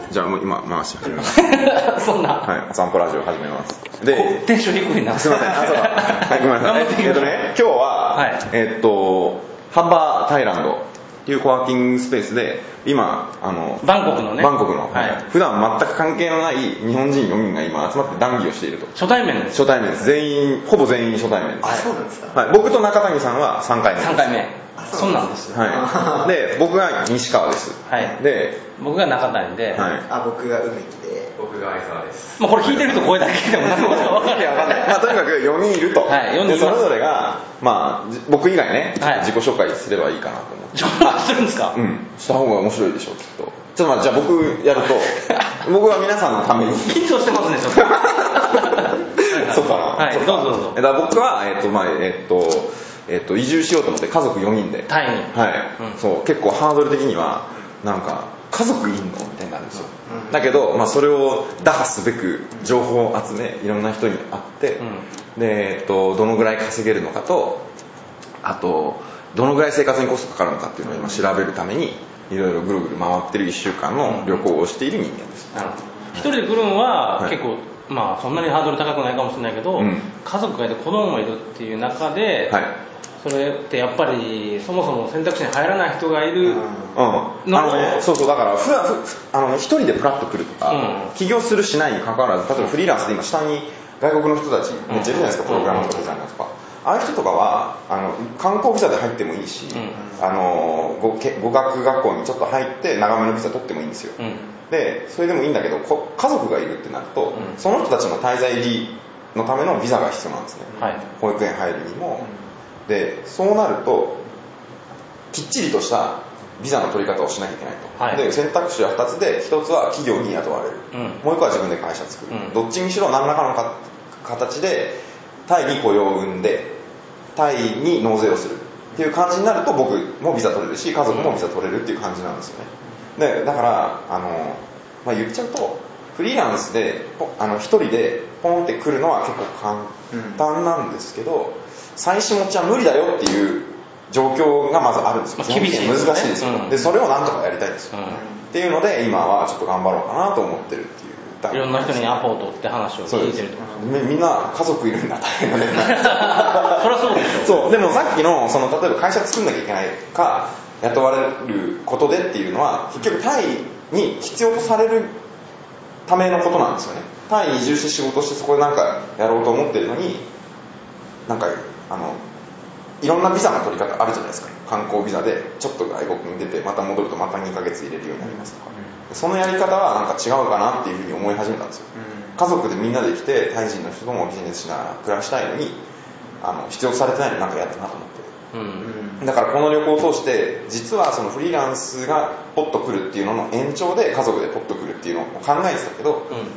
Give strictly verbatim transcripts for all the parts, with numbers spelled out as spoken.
じゃあもう今回し始めます。 そんな。 はい、お散歩ラジオ始めます。 で、テンション低いな。 すいません。あ、そうだ。はい、ごめんなさい。えっとね、今日は、はい、えっと、ハンバータイランドっていうコワーキングスペースで、今、あの、 バンコクのね。 バンコクの、 はい、 普段全く関係のない日本人よにんが今集まって談義をしていると。 初対面です。 初対面です。全員、ほぼ全員初対面です。 あ、そうなんですか。 はい、僕と中谷さんはさんかいめです。 さんかいめ。そうなんですよ。 はい。で、僕が西川です。 はい。 で、 僕が中谷で、 はい。 あ、僕が梅木で、 僕が相沢です。 まあこれ聞いてると声だけでも何も分かんない。 まあとにかくよにんいると。 はい、よにんいます。 で、それぞれが、まあ、僕以外ね、 はい、 自己紹介すればいいかなと思って。 自己紹介するんですか？ うん。した方が面白いでしょう、きっと。ちょっと待って、じゃあ僕やると、僕は皆さんのために。 緊張してますね、ちょっと。 そうかな。 はい、どうぞどうぞ。 だから僕は、えっと、まあ、えっと、えっと、移住しようと思って家族よにんでタイに、 はい、うん、そう結構ハードル的にはなんか家族いんのみたいになるんですよ、うん、だけど、まあ、それを打破すべく情報を集めいろんな人に会って、うん、で、えっと、どのぐらい稼げるのかとあとどのぐらい生活にコストかかるのかっていうのを今調べるためにいろいろぐるぐる回ってるいっしゅうかんの旅行をしている人間です、 うん、なるほど。一人で来るのは結構、はい、まあそんなにハードル高くないかもしれないけど、うん、家族がいて子供もいるっていう中で、はい、それってやっぱりそもそも選択肢に入らない人がいるの、うん、 あのね、そうそうだからふわふあの一人でプラッと来るとか、うん、起業するしないに関わらず例えばフリーランスで今下に外国の人たちめっちゃいるじゃないですか、プログラムとかデザイナーとか、ああいう人とかはあの観光ビザで入ってもいいし、うん、あの 語, 語学学校にちょっと入って長めのビザ取ってもいいんですよ、うん、でそれでもいいんだけど家族がいるってなると、うん、その人たちの滞在理のためのビザが必要なんですね、はい、保育園入るにも、うん、でそうなるときっちりとしたビザの取り方をしなきゃいけないと、はい、で選択肢はふたつでひとつは企業に雇われる、うん、もういっこは自分で会社作る、うん、どっちにしろ何らかのか形でタイに雇用を生んでタイに納税をするっていう感じになると僕もビザ取れるし家族もビザ取れるっていう感じなんですよね。でだからあの、まあ、言っちゃうとフリーランスであの一人でポンって来るのは結構簡単なんですけど、妻子持ちは無理だよっていう状況がまずあるんですよ。 厳しいですね、 難しいですよ、うん、でそれをなんとかやりたいんですよ、うん、っていうので今はちょっと頑張ろうかなと思ってるっていう。 いろんな人にアポを取って話を聞いてると。 み, みんな家族いるんだ大変だね。 そりゃそうでしょ。 そうでもさっきのその例えば会社作んなきゃいけないか雇われることでっていうのは結局タイに必要とされるためのことなんですよね。タイに移住して仕事してそこでなんかやろうと思ってるのになんかあのいろんなビザの取り方あるじゃないですか。観光ビザでちょっと外国に出てまた戻るとまたにかげつ入れるようになりますとか、うん、そのやり方はなんか違うかなっていうふうに思い始めたんですよ、うん、家族でみんなで来てタイ人の人ともビジネスしながら暮らしたいのにあの必要とされてないのになんかやったなと思って、うん、だからこの旅行を通して実はそのフリーランスがポッと来るっていうのの延長で家族でポッと来るっていうのを考えてたけど、うん、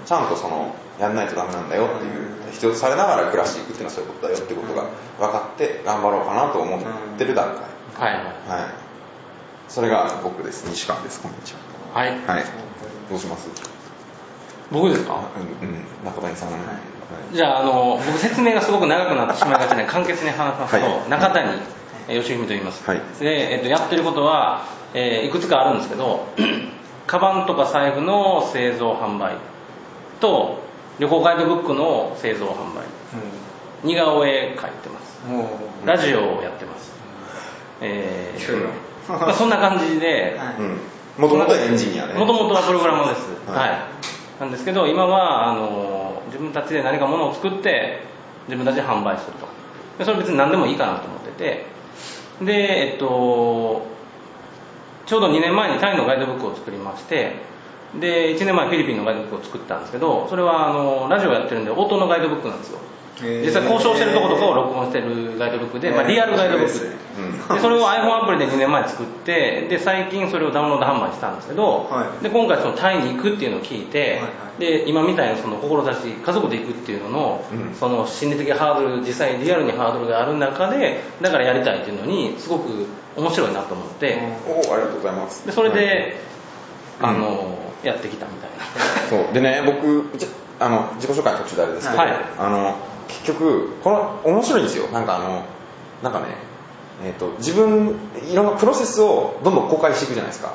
ちゃんとそのやんないとダメなんだよっていう、うん、必要とされながら暮らしていくっていうのはそういうことだよっていうことが分かって頑張ろうかなと思ってる段階、はいはい、それが僕です。西川です。こんにちは。はい、はい、どうします？ 僕ですか？ うん、うん、中谷さん、はい、 じゃあ、あの僕説明がすごく長くなってしまいがちなので簡潔に話しますと、はい、中谷義文と言います、はい、で、えっと、やってることは、えー、いくつかあるんですけどカバンとか財布の製造販売と旅行ガイドブックの製造販売、うん、似顔絵描いてます、うん、ラジオをやってます、えーまあ、そんな感じで、 もともとエンジニアで、 もともとはプログラマーです、はいはい、なんですけど今はあの自分たちで何かものを作って自分たちで販売すると。でそれ別に何でもいいかなと思ってて、でえっとちょうどにねんまえにタイのガイドブックを作りまして、でいちねんまえフィリピンのガイドブックを作ったんですけど、それはあのラジオやってるんで音のガイドブックなんですよ。実際交渉してるところとかを録音してるガイドブックで、まあ、リアルガイドブックで、でそれを iPhone アプリでにねんまえ作って、で最近それをダウンロード販売したんですけど、はい、で今回そのタイに行くっていうのを聞いて、はいはい、で今みたいなその志家族で行くっていうのの、うん、その心理的ハードル実際リアルにハードルがある中でだからやりたいっていうのにすごく面白いなと思って、 うん、おありがとうございます。 でそれで、はい、あの、うん、やってきたみたいな。 そうでね僕あの自己紹介の途中であれですけど、はい、あの結局この面白いんですよ。なんかあのなんかね、えーと、自分いろんなプロセスをどんどん公開していくじゃないですか。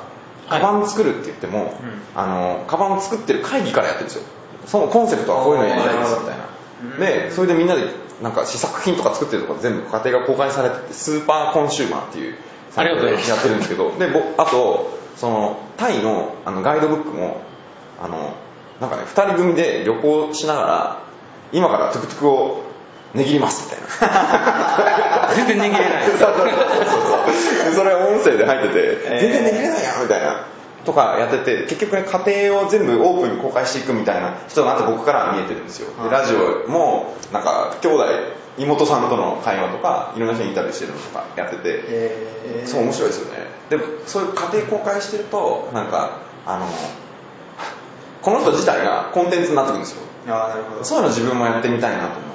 カバン作るって言っても、はい、あのカバンを作ってる会議からやってるんですよ。そのコンセプトはこういうのやりたいですみたいな。でそれでみんなでなんか試作品とか作ってるとこ全部家庭が公開されてて、スーパーコンシューマーっていうサイトでやってるんですけど、であとそのタイ の, あのガイドブックもあのなんかねふたり組で旅行しながら今からトゥクトゥクを値切りますみたいな全然値切れないそうそうそうそうそれは音声で入ってて、えー、全然値切れないやんみたいなとかやってて、結局ね家庭を全部オープンに公開していくみたいな人だなって僕からは見えてるんですよ。でラジオもなんか兄弟妹さんとの会話とかいろんな人にインタビューしてるのとかやってて、えー、そう面白いですよね。でもそういう家庭公開してるとなんかあのこの人自体がコンテンツになってくるんですよ。 あ、なるほど。 そういうの自分もやってみたいなと思って、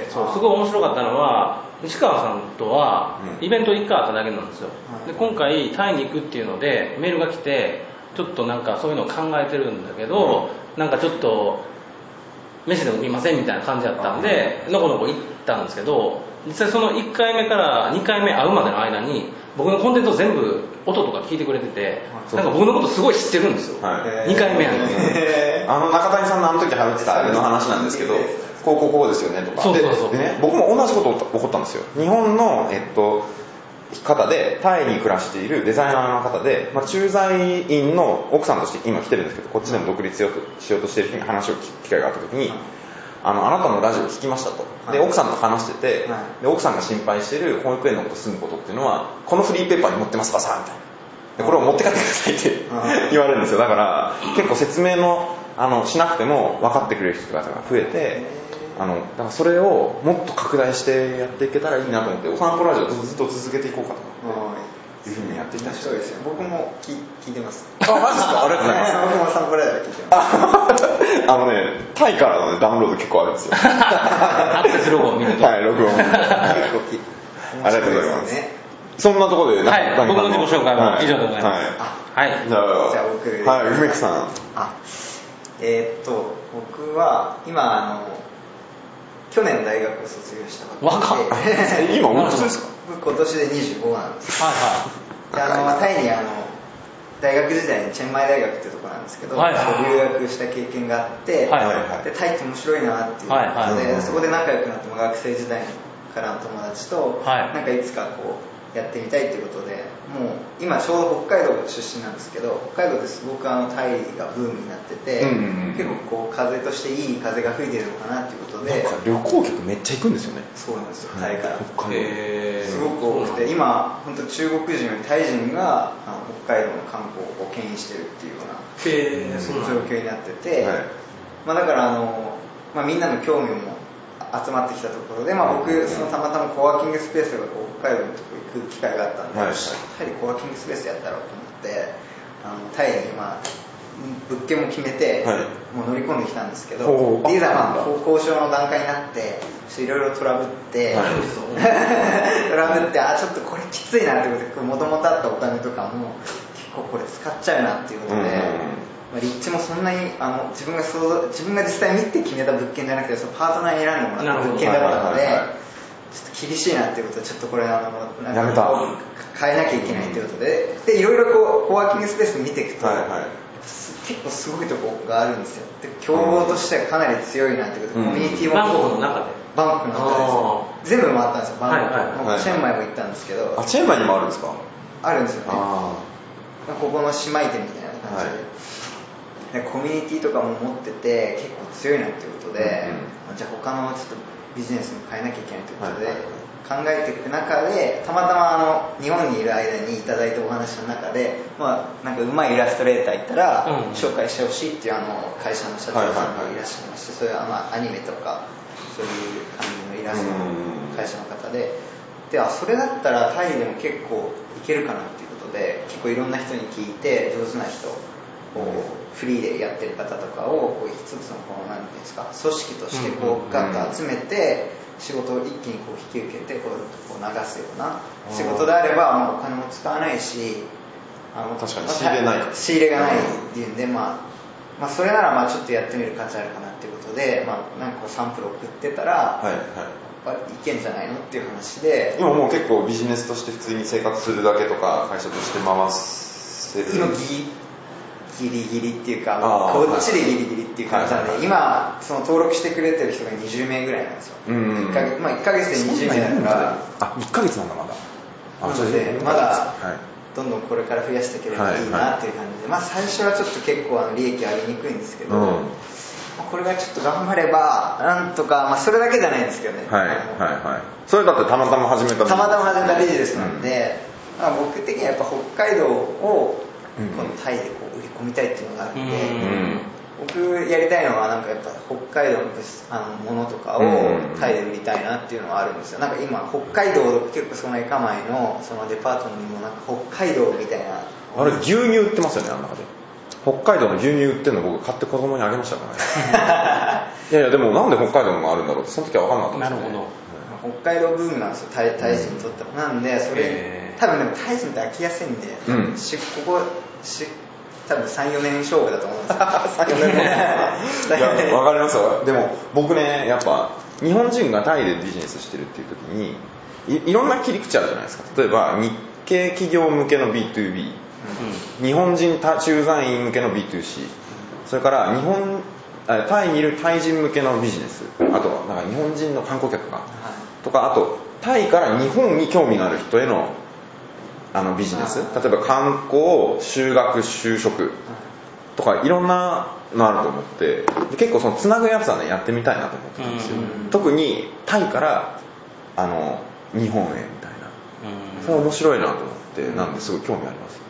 そうすごい面白かったのは西川さんとはイベントいっかいあっただけなんですよ、うん、で今回タイに行くっていうのでメールが来てちょっとなんかそういうのを考えてるんだけど、うん、なんかちょっと飯でも見ませんみたいな感じだったんで、うん、のこのこ行ったんですけど、実際そのいっかいめからにかいめ会うまでの間に僕のコンテンツを全部音とか聞いてくれてて、なんか僕のことすごい知ってるんですよ、はい、にかいめやんで、 あの中谷さんのあの時話ってたあれの話なんですけど、こうこうこうですよねとか、 そうそうそうで、ね、僕も同じこと起こったんですよ。日本の、えっと、方でタイに暮らしているデザイナーの方で、まあ、駐在員の奥さんとして今来てるんですけど、こっちでも独立しようとしている人に話を聞く機会があった時に、あのあなたのラジオ聞きましたと。で奥さんと話してて、で奥さんが心配している保育園のこと住むことっていうのはこのフリーペーパーに載ってますかさみたいな、でこれを持って帰ってくださいって言われるんですよ。だから結構説明のあのしなくても分かってくれる人が増えて、あのだからそれをもっと拡大してやっていけたらいいなと思って、お散歩ラジオをずっと続けていこうかと思っていうふうにやっていきたい。 面白いですね。僕も聞いてます。 あ、マジですか。ありがとうございます。 僕もお散歩ラジオ聞いてます。 あのね、タイからの、ね、ダウンロード結構あるんですよ。 アクセスログを見ると。 はい、ログを見ると。ありがとうございます。そんなところで、 はい、僕の自己紹介は以上でございます。はい。はい、 じゃあ、じゃあ僕で。 はい、梅木さん。 あ、えー、っと僕は今あの去年大学を卒業したばっかりで。 今おいくつですか？ 僕今年でにじゅうごなんです。 はいはい。 であのタイにあの大学時代にチェンマイ大学っていうところなんですけど、はいはい、留学した経験があって、はいはいはい、でタイって面白いなっていうので、はいはい、そこで仲良くなっても学生時代からの友達と、はい、なんかいつかこうやってみたいということで、もう今ちょうど北海道出身なんですけど、北海道ですごくあのタイがブームになってて、うんうんうん、結構こう風としていい風が吹いてるのかなということで、 なんか旅行客めっちゃ行くんですよね。 そうなんですよ、タイから、 北海道すごく多くて、今本当中国人よりタイ人があの北海道の観光を牽引してるっていうような状況になってて、はい、まあ、だからあの、まあ、みんなの興味も集まってきたところで、まあ、僕そのたまたまコワーキングスペースが北海道のところ行く機会があったんで、はい、タイでコワーキングスペースやったろうと思ってあのタイに、まあ、物件も決めて、はい、もう乗り込んできたんですけど、いざ、まあ、交渉の段階になっていろいろトラブって、はい、トラブってあちょっとこれきついなってことで、もともとあったお金とかも結構これ使っちゃうなっていうことで、うん、まあ、立地もそんなにあの自分が想像自分が実際見て決めた物件じゃなくて、そのパートナーに選んでもらった物件だったので、ちょっと厳しいなっていうことで、ちょっとこれあのなんかやめた変えなきゃいけないっていうことで、でいろいろこうコワーキングスペース見ていくと、はいはい、結構すごいところがあるんですよ。で競合としてはかなり強いなっていうことで、うん、コミュニティもバンコクの中でバンコクの中ですよ。全部回ったんですよ。バンコク、はいはい、チェンマイも行ったんですけど、 あチェンマイにもあるんですか？ あるんですよね。あここの姉妹店みたいな感じで、はい、でコミュニティとかも持ってて結構強いなっていうことで、うん、じゃあ他のちょっとビジネスも変えなきゃいけないということで、はいはい、考えていく中で、たまたまあの日本にいる間にいただいたお話の中で、まあ、なんか上手いイラストレーターいたら、うん、紹介してほしいっていうあの会社の社長さんがいらっしゃいまして、そういうあのアニメとかそういう感じのイラストの会社の方で、であそれだったらタイでも結構いけるかなっていうことで、結構いろんな人に聞いて上手な人をフリーでやってる方とかをこう一つのこの何ていうんですか組織としてこうガッと集めて仕事を一気にこう引き受けてこうこう流すような仕事であれば、まあ、お金も使わないし、あの確かに仕入れない仕入れがないっていうんで、まあ、まあそれならまあちょっとやってみる価値あるかなっていうことで、まあ、なんかこうサンプル送ってたら、はいはい、いけんじゃないのっていう話で、 今もう結構ビジネスとして普通に生活するだけとか会社として回すせる今ギリギリギリっていうかこっちでギリギリっていう感じなんで、はいはいはい、今その登録してくれてる人がにじゅうめいぐらいなんですよ、うんうん、いっかげつ、まあ、いっかげつでにじゅうめいだからあいっかげつなんだまだなのでまだどんどんこれから増やしていければいいなっていう感じで、まあ、最初はちょっと結構あの利益上げにくいんですけど、うん、これがちょっと頑張ればなんとか、まあ、それだけじゃないんですけどね、 はいはいはい、それだってたまたま始めたたまたま始めたビジネスなんで、うんまあ、僕的にはやっぱ北海道をこのタイでこう売り込みたいっていうのがあるんで、うん、僕やりたいのはなんかやっぱ北海道のあのものとかをタイで売りたいなっていうのはあるんですよ。なんか今北海道結構そのエカマイのそのデパートにもなんか北海道みたいなあれ牛乳売ってますよねあの中で北海道の牛乳売ってるの僕買って子供にあげましたからねいやいやでもなんで北海道のがあるんだろうってその時は分かんなかったんですよね。なるほど、北海道ブームなんですよ タイ, タイ人にとっても、うん、なんでそれ多分でもタイ人って飽きやすいんで、うん、しここし多分 さん,よ 年勝負だと思うんですよさん,よ 年いや分かりますよ。でも僕ねやっぱ日本人がタイでビジネスしてるっていう時に い, いろんな切り口あるじゃないですか。例えば日系企業向けの ビーツービー、うん、日本人駐在員向けの ビーツーシー、それから日本タイにいるタイ人向けのビジネス、あとなんか日本人の観光客が、はい、とかあとタイから日本に興味がある人へのあのビジネス、例えば観光、修学、就職とかいろんなのあると思って結構そのつなぐやつはねやってみたいなと思ってたんですよ、うん、特にタイからあの日本へみたいな、うん、それ面白いなと思って、うん、なんですごい興味あります、うん、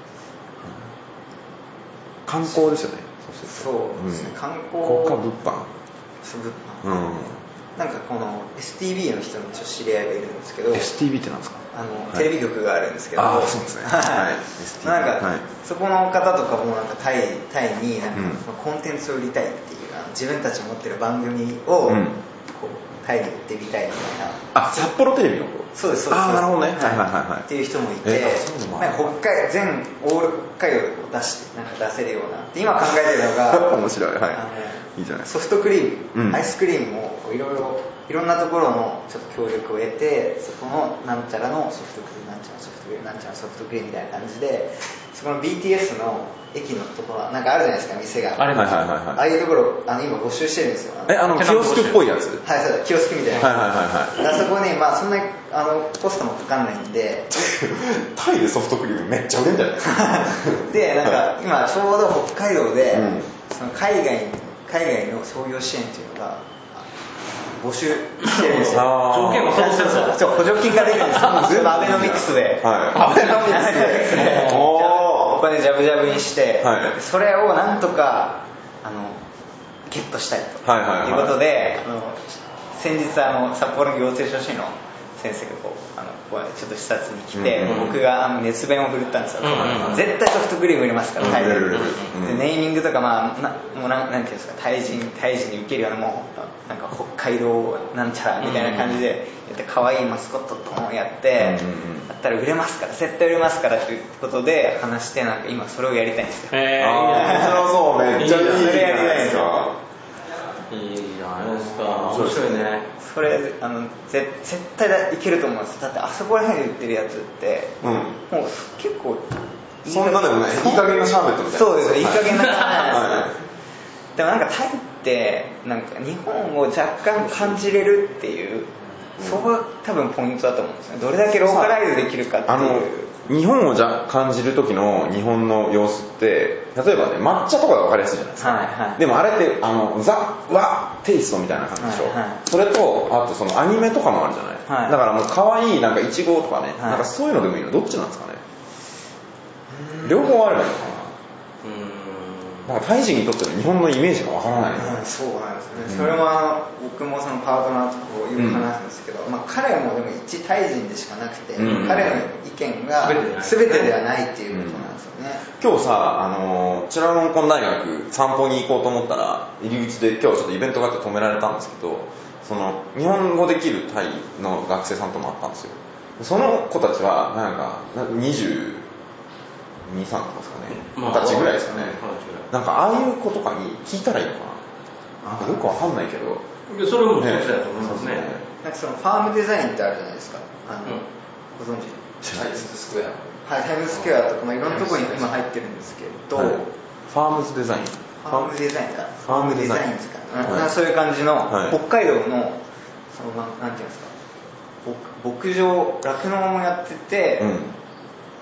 観光ですよね。 そうですね、うん、観光国家物販そう物販、うんなんかこの エスティービー の人のちょっと知り合いがいるんですけどエスティービー ってなんですか。 あの、はい、テレビ局があるんですけどあそうですね、はい、 なんか、はい、そこの方とかもなんかタイ、タイになんかコンテンツを売りたいっていう、うん、自分たち持ってる番組を、うん、こうタイに売ってみたいみたいな。 あ札幌テレビのそうですそうです。 あなるほどね、はいはいはいはい、っていう人もいて、なんか北海全オール北海道でこう出してなんか出せるようなで今考えてるのが面白い、はい、あのいいじゃないソフトクリーム、うん、アイスクリームをいろいろいろんなところのちょっと協力を得てそこのなんちゃらのソフトクリームなんちゃらソフトクリームなんちゃらソフトクリームみたいな感じでそこの ビーティーエス の駅のところなんかあるじゃないですか店があれはいはいはいはい、ああいうところあの今募集してるんですよ。 えあのキオスクっぽいやつはいそうキオスクみたいな、 はいはいはいはい、 そこにまあそんなあのコストもかかんないんでタイでソフトクリームめっちゃ売れんじゃないですかでなんか今ちょうど北海道で、うん、その海外海外の創業支援っていうのが募集してるんですよ。 条件もそうしてるんですよ。 補助金が出るんですよ。全部アベノミクスで、はい、アベノミクスでお金ジャブジャブにして、はい、それをなんとかあのゲットしたいと、はいはいはい、いうことであの先日あの札幌の行政書士の先生がこうあのちょっと視察に来て、うんうん、僕があの熱弁を振るったんですよ、うんうん、絶対ソフトクリーム売れますから、タイで、うんうん、でネーミングとか、まあ、なもうななんていうんですかタイ人タイ人に受けるようなもうなんか北海道なんちゃらみたいな感じでやって可愛いマスコットともやって、うんうん、だったら売れますから絶対売れますからということで話してなんか今それをやりたいんですよ。 へー面白そうめっちゃいいそれやりたいんですよ。 いいじゃないですか面白いね。 それあのぜ絶対いけると思うんです。だってあそこら辺で売ってるやつって、うん、もう結構そんなでもないいい加減なシャーベットみたいなそうですいい加減なシャーベットなんですよでもなんかタイってなんか日本を若干感じれるっていう、うん、そこが多分ポイントだと思うんですね。どれだけローカライズできるかっていう。 あの日本をじゃ感じる時の日本の様子って例えばね抹茶とかが分かりやすいじゃないですか、はいはい、でもあれってあのザ・ワ・テイストみたいな感じでしょ、はいはい、それとあとそのアニメとかもあるじゃない、はい、だからもう可愛いなんかイチゴとかね、はい、なんかそういうのでもいいのどっちなんですかね。両方あればいいのかな。だからタイ人にとっての日本のイメージがわからない、 うん、そうなんですね、うん、それは僕もそのパートナーとこうよく話すんですけど、うんまあ、彼もでも一タイ人でしかなくて、うん、彼の意見が全てではないっていうことなんですよね、 うん、今日さあのチュラロンコン大学散歩に行こうと思ったら入り口で今日ちょっとイベントがあって止められたんですけどその日本語できるタイの学生さんとも会ったんですよ。その子たちはなんかにじゅうに、さんとかですかね、まあ、二十歳ぐらいですかね、なんかああいう子とかに聞いたらいいのかな、なんかよくわかんないけどそれもそうだと思いますね。 なんかそのファームデザインってあるじゃないですかあの、うん、ご存知タイムズスクエア、 はい、タイムズスクエアとか、まあ、いろんなところに今入ってるんですけど、はい、 ファームズデザインファームデザインかファームデザインですか、はい、そういう感じの、はい、北海道のそのなんていうんですか、牧場酪農もやってて、うん、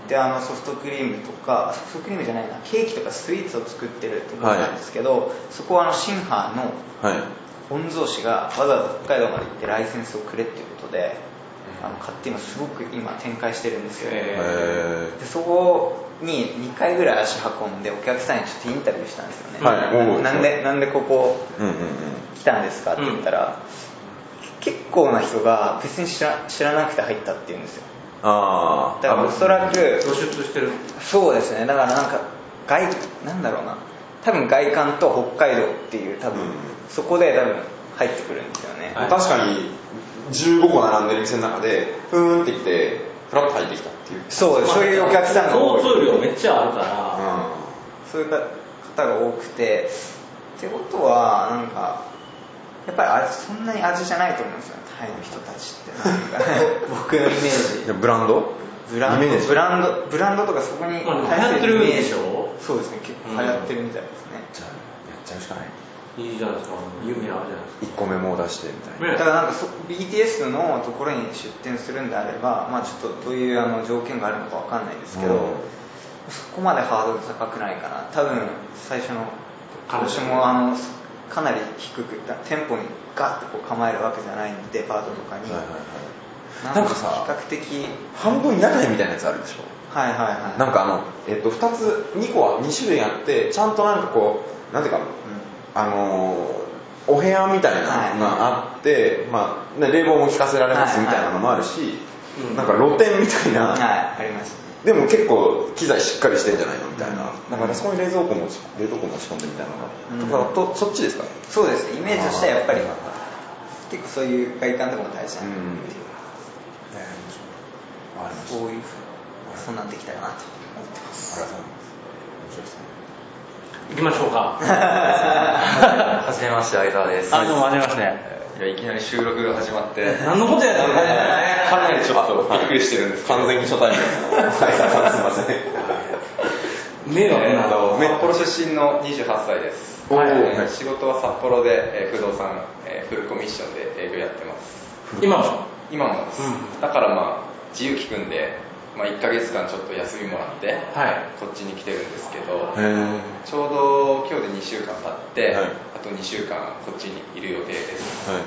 であのソフトクリームとかソフトクリームじゃないなケーキとかスイーツを作ってるところなんですけど、はい、そこはあのシンハーの御曹司がわざわざ北海道まで行ってライセンスをくれっていうことで、うん、あの買って今すごく今展開してるんですよ。でそこににかいぐらい足運んでお客さんにちょっとインタビューしたんですよね、はい、なんで、なんでここ来たんですかって言ったら、うん、結構な人が別に知 ら, 知らなくて入ったって言うんですよ。 あだからおそらく露出してる。 そうですね。だからなんか外なんだろうな、多分外観と北海道っていう多分、うん、そこで多分入ってくるんですよね、 はい、確かにじゅうごこ並んでる店の中でふーんってきてフラッと入ってきたっていう、 そうそういうお客さんが多い。 交通量めっちゃあるから、 うん、そういう方が多くて、ってことはなんかやっぱり味そんなに味じゃないと思うんですよね、タイの人たちってなんか僕のイメージ。 ブランドブランドブランドブランドとかそこに対するイメージでしょ。 そうですね、結構流行ってるみたいですね、 うん、じゃあやっちゃうしかない。 いいじゃないですか、夢あるじゃないですか。 いっこめも出してみたいな。 だからなんかそ ビーティーエス のところに出店するんであれば、まあ、ちょっとどういうあの条件があるのかわかんないですけど、うん、そこまでハードル高くないかな。多分最初の私もあのかなり低く店舗にガッとこう構えるわけじゃないんで、デパートとかに、はいはいはい、なんかさ比較的半分屋台みたいなやつあるでしょ。 はいはいはい。 なんかあの、えっと、ふたつにこはに種類あって、ちゃんとなんかこうなんていうか、うん、あのお部屋みたいなのがあって、はいはい、まあ、冷房も効かせられますみたいなのもあるし、はいはい、なんか露店みたいな、 はい、ありますね。 でも結構機材しっかりしてんじゃないのみたいな、だからそこに冷蔵庫も冷凍庫も仕込んでみたいなのが、うん、とそっちですか。 そうですね、イメージとしてはやっぱり結構そういう外観とかも大事なんで、うん、そういうふうにそうなってきたかなと思ってます。 ありがとうございます。面白いですね。 行きましょうか。 はじめまして、相沢です。 あ、どうもはじめまして。 いや、いきなり収録が始まって何のことやったのね。 かなりちょっとびっくりしてるんですけど、 完全に初対面です。はい、すいません。 迷惑なの。 札幌出身のにじゅうはっさいです。はい、仕事は札幌で、えー、不動産、えー、フルコミッションで営業やってます。 今も今もです、うん、だからまあ自由聞くんで、まあ、いっかげつかんちょっと休みもらって、はい、こっちに来てるんですけど、ちょうど今日でにしゅうかん経って、はい、あとにしゅうかんこっちにいる予定です、はい、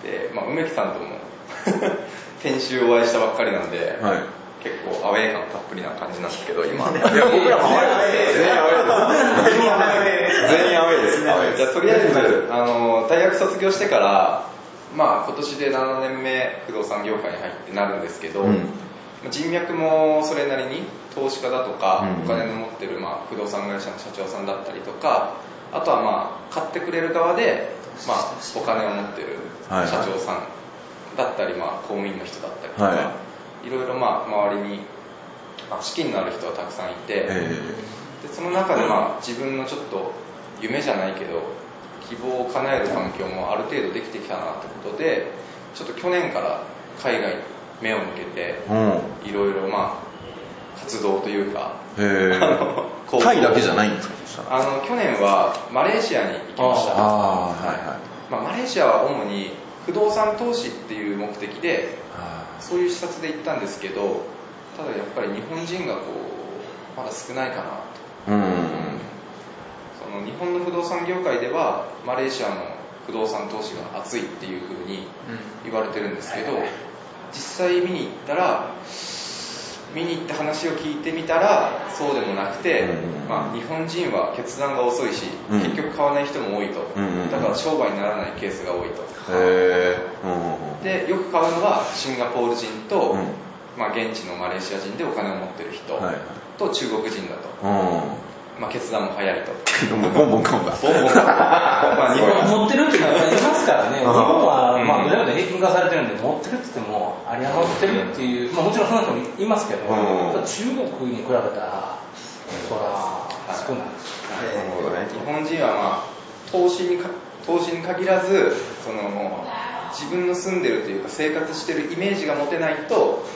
で、まあ、梅木さんとも先週お会いしたばっかりなんで、はい、結構アウェー感たっぷりな感じなんですけど今。いや僕らもアウェーです。全員アウェーです。全員アウェーです。全員アウェーです。じゃあとりあえずあの大学卒業してから、まあ、今年でななねんめ不動産業界に入ってなるんですけど、うん、人脈もそれなりに投資家だとか、うん、お金の持ってる、まあ、不動産会社の社長さんだったりとか、あとはまあ買ってくれる側で、まあ、お金を持ってる社長さんだったり、まあ、公務員の人だったりとか、はい、いろいろまあ周りに資金のある人はたくさんいて、でその中でまあ自分のちょっと夢じゃないけど希望を叶える環境もある程度できてきたなってことで、ちょっと去年から海外に目を向けていろいろまあ活動というか、 へあのタイだけじゃないんですか。 あの去年はマレーシアに行きました。 あ、はいはい、 まあ、マレーシアは主に不動産投資っていう目的でそういう視察で行ったんですけど、ただやっぱり日本人がこうまだ少ないかなと、うん、その日本の不動産業界ではマレーシアの不動産投資が熱いっていう風に言われてるんですけど、実際見に行ったら見に行って話を聞いてみたらそうでもなくて、まあ、日本人は決断が遅いし、うん、結局買わない人も多いと、だから商売にならないケースが多いと。へー、でよく買うのはシンガポール人と、うん、まあ、現地のマレーシア人でお金を持ってる人と中国人だと、まあ、決断も早いと。 ボンボン買うんだ。ボンボン買う。 まあ、日本持ってるっていうのはいますからね。日本はまあどれだけ平均化されてるんで、持ってるって言っても有り余ってるっていう、まあ、もちろんその人もいますけど、中国に比べたらそら少ないです。 日本人はまあ投資にか投資に限らず、その自分の住んでるというか生活してるイメージが持てないと、そ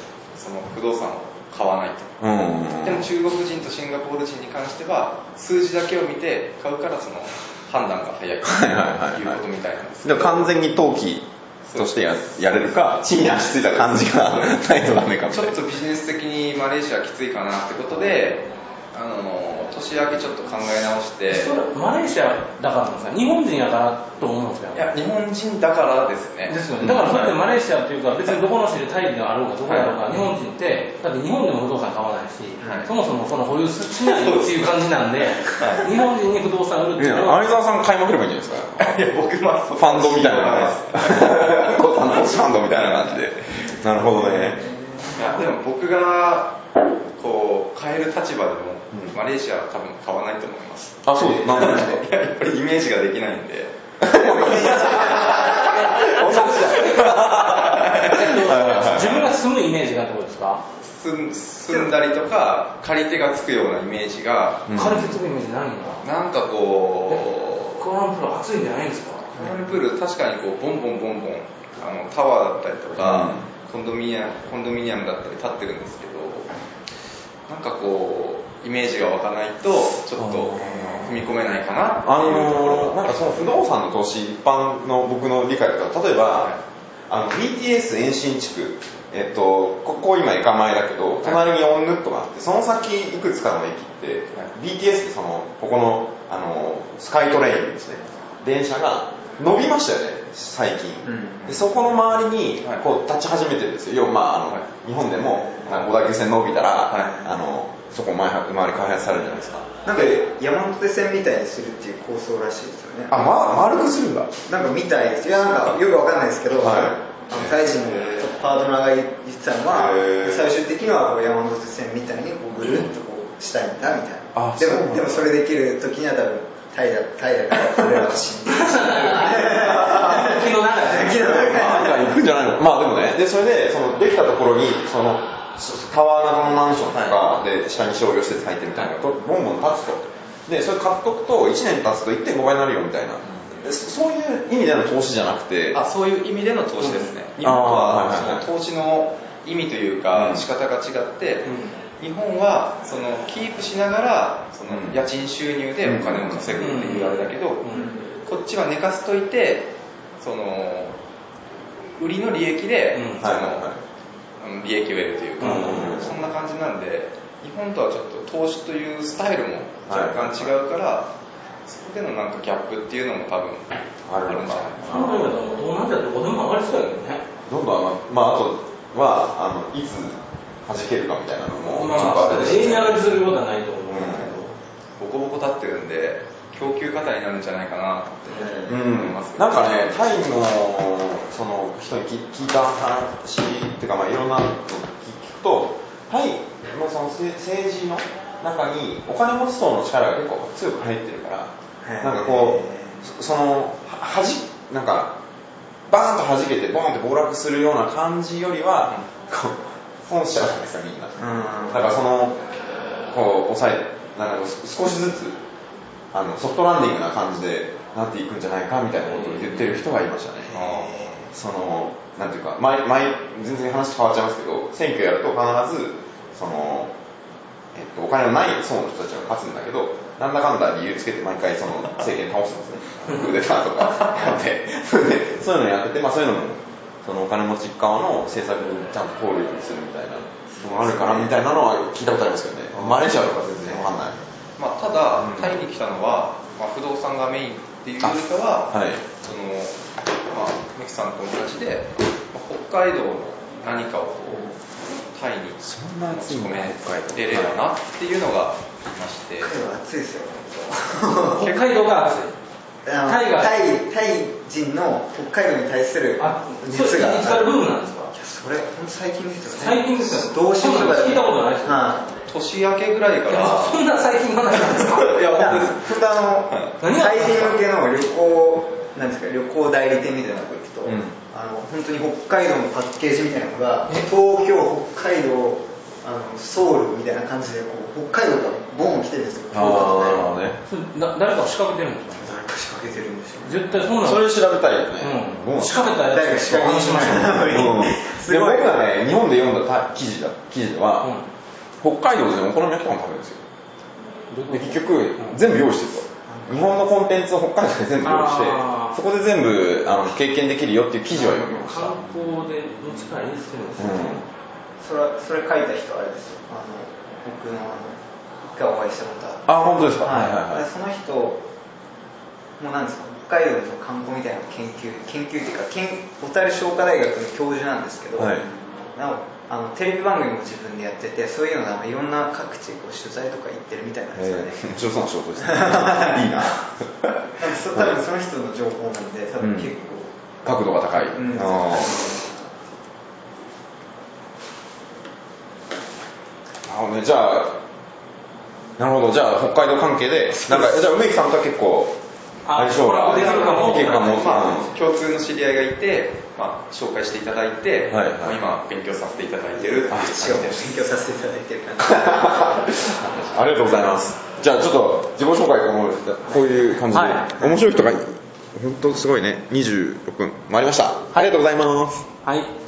その不動産を買わないと、うん、でも中国人とシンガポール人に関しては数字だけを見て買うからその判断が早いということみたいなんですけど、 でも完全に投機として や, やれるか地に足ついた感じがないとダメかもしれない。 ちょっとビジネス的にマレーシアはきついかなってことで、あの年明けちょっと考え直して。 それマレーシアだからなんですか、日本人やからと思うんですよ。 いや日本人だからですね。 ですよね。だからそれってマレーシアっていうか別にどこの市でタイであろうがどこだろうが、はい、日本人ってだって日本でも不動産買わないし、はい、そもそもその保有しないっていう感じなんで、はい、日本人に不動産売るっていうのは。 有沢さん買いまくればいいんじゃないですか。 いや僕はファンドみたいなコタン投資ファンドみたいな感じで。なるほどね。 いやでも僕がこう買える立場でも、うん、マレーシアは多分買わないと思います。 あ、そうです。なんでですか。 やっぱりイメージができないんで。 自分が住むイメージがってことですか。 住, 住んだりとか借り手がつくようなイメージが、 うん、借り手つくイメージないんだ。 なんかこうクアラルンプール暑いんじゃないんですか。 クアラルンプール確かにこうボンボンボンボンあのタワーだったりとか、うん、コンドミニアムコンドミニアムだったり立ってるんですけど、なんかこうイメージが湧かないとちょっと踏み込めないかなっていうところ。 あのー、なんかその不動産の投資一般の僕の理解だと、例えば、はい、あの ビーティーエス 延伸地区、えっと、ここ今駅前だけど隣にオンヌットがあって、その先いくつかの駅って、はい、ビーティーエス ってそのここの、あのスカイトレインですね、電車が伸びましたよね最近、うん、でそこの周りにこう立ち始めてるんですよ。要は、まあ、あの、はい、日本でも小田急線伸びたら、はい、あのそこ前周り開発されるじゃないですか。 なんか山手線みたいにするっていう構想らしいですよね。 あ、ま、丸くするんだ。 なんかみたいです。いや、なんかよくわかんないですけど、はい、あのタイ人のパートナーが言ってたのは、最終的には山手線みたいにこうぐるっとこうしたいんだみたいな。でもでもそれできる時には多分タイだタイだからこれは死んでる。昨日なんだね。 昨日なんか行くんじゃないの。まあでもね、でそれでそのできたところにそのタワー型のマンションとかで下に商業施設入ってるみたいなのがボンボン立つと。でそれ買っとくといちねん経つと いってんご 倍になるよみたいな。そういう意味での投資じゃなくて、 あ、そういう意味での投資ですね。うん、日本はその投資の意味というか仕方が違って、うん、日本はそのキープしながらその家賃収入でお金を稼ぐっていうあれだけど、うん、こっちは寝かすといてその売りの利益で、うん、その、はい、利益を得るというか、うん、そんな感じなんで、日本とはちょっと投資というスタイルも若干違うから、はい、そこでのなんかギャップっていうのも多分あるんじゃないかな。 そういうのもどうなんだってどこでも上がりそうだけどね。 どんどん上がる。まああとはあのいつ弾けるかみたいなのもちょっとあれで、永遠に上がりすることはないと思うんだけど、ボコボコ立ってるんで供給過多になるんじゃないかなって思います、 うん、なんかね、タイのその人に聞いた話っていうか、まあいろんなの聞くと、タイのその政治の中にお金持ち層の力が結構強く入ってるから、なんかこうそのはじなんかバーンと弾けてボーンって暴落するような感じよりは、こう損しちゃうじゃないですかみんな。だからそのこう抑えなんか少しずつあのソフトランディングな感じでなっていくんじゃないかみたいなことを言ってる人がいましたね。そのなんていうか毎毎全然話変わっちゃいますけど、選挙やると必ずその、えっと、お金のない層の人たちが勝つんだけど、なんだかんだ理由つけて毎回その政権倒すんですね。クーデターとかやってそれでそういうのやってて、まあ、そういうのもそのお金持ち側の政策にちゃんと通るようにするみたいなのがあるからみたいなのは聞いたことありますけどね。マレーシアとか全然わかんない。 まあ、ただ、タイに来たのは、まあ、不動産がメインっていうよりかは、はい、そのまあ、ミキさんと同じで、まあ、北海道の何かをこうタイに持ち込めれればなっていうのがありまして。 北海道暑いですよ。 北海道が暑い。 タイがタイ、タイ人の北海道に対する熱が。 いつからブームなんですか。 いや、それ本当最近ですよね。最近ですよ。 どうしようも聞いたことないですよ。 は年明けぐらいから。 そんな最近の話なんですか。 いや、本当です。普段のタイ人向けの旅行なんですか、旅行代理店みたいなとこ行くと、うん、あの本当に北海道のパッケージみたいなのが東京、北海道、あのソウルみたいな感じでこう北海道からボーン来てるんですよ。 ああ、なるほどね。 な誰か仕掛けてるんですか。 誰か仕掛掛けてるんでしょう絶対そうなの。 それ調べたいよね、 うん、仕掛けたやつを話しましょう。 うん、で僕がね日本で読んだ記事だ記事では、うん、北海道でお好み焼きとかも食べるんですよ。で結局、全部用意してると。日本のコンテンツを北海道で全部用意して、そこで全部あの経験できるよっていう記事は読みました。 観光での力いいですよね。 それそれ書いた人あれですよ。あの僕のあの一回お会いしたことある。 あ、本当ですか。 はいはいはい。その人もうなんですか、北海道の観光みたいな研究研究っていうか、小樽商科大学の教授なんですけど、はい、なおあのテレビ番組も自分でやってて、そういうのがいろんな各地こう取材とか行ってるみたいなんですよね。 面白そうな仕事ですね。いいな。 多分その人の情報なんで、多分結構、 うん、角度が高い。うん、ああ、ね、じゃあなるほど、じゃあ北海道関係でなんかじゃあ梅木さんとは結構相性ができるかも、結果も、まあ、共通の知り合いがいて、まあ、紹介していただいて、はいはい、まあ、今勉強させていただいてるっていう一応勉強させていただいてる感じありがとうございます。じゃあちょっと自己紹介こういう感じで、はい、面白い人が本当すごいね。にじゅうろっぷん回りました。ありがとうございます。 はい。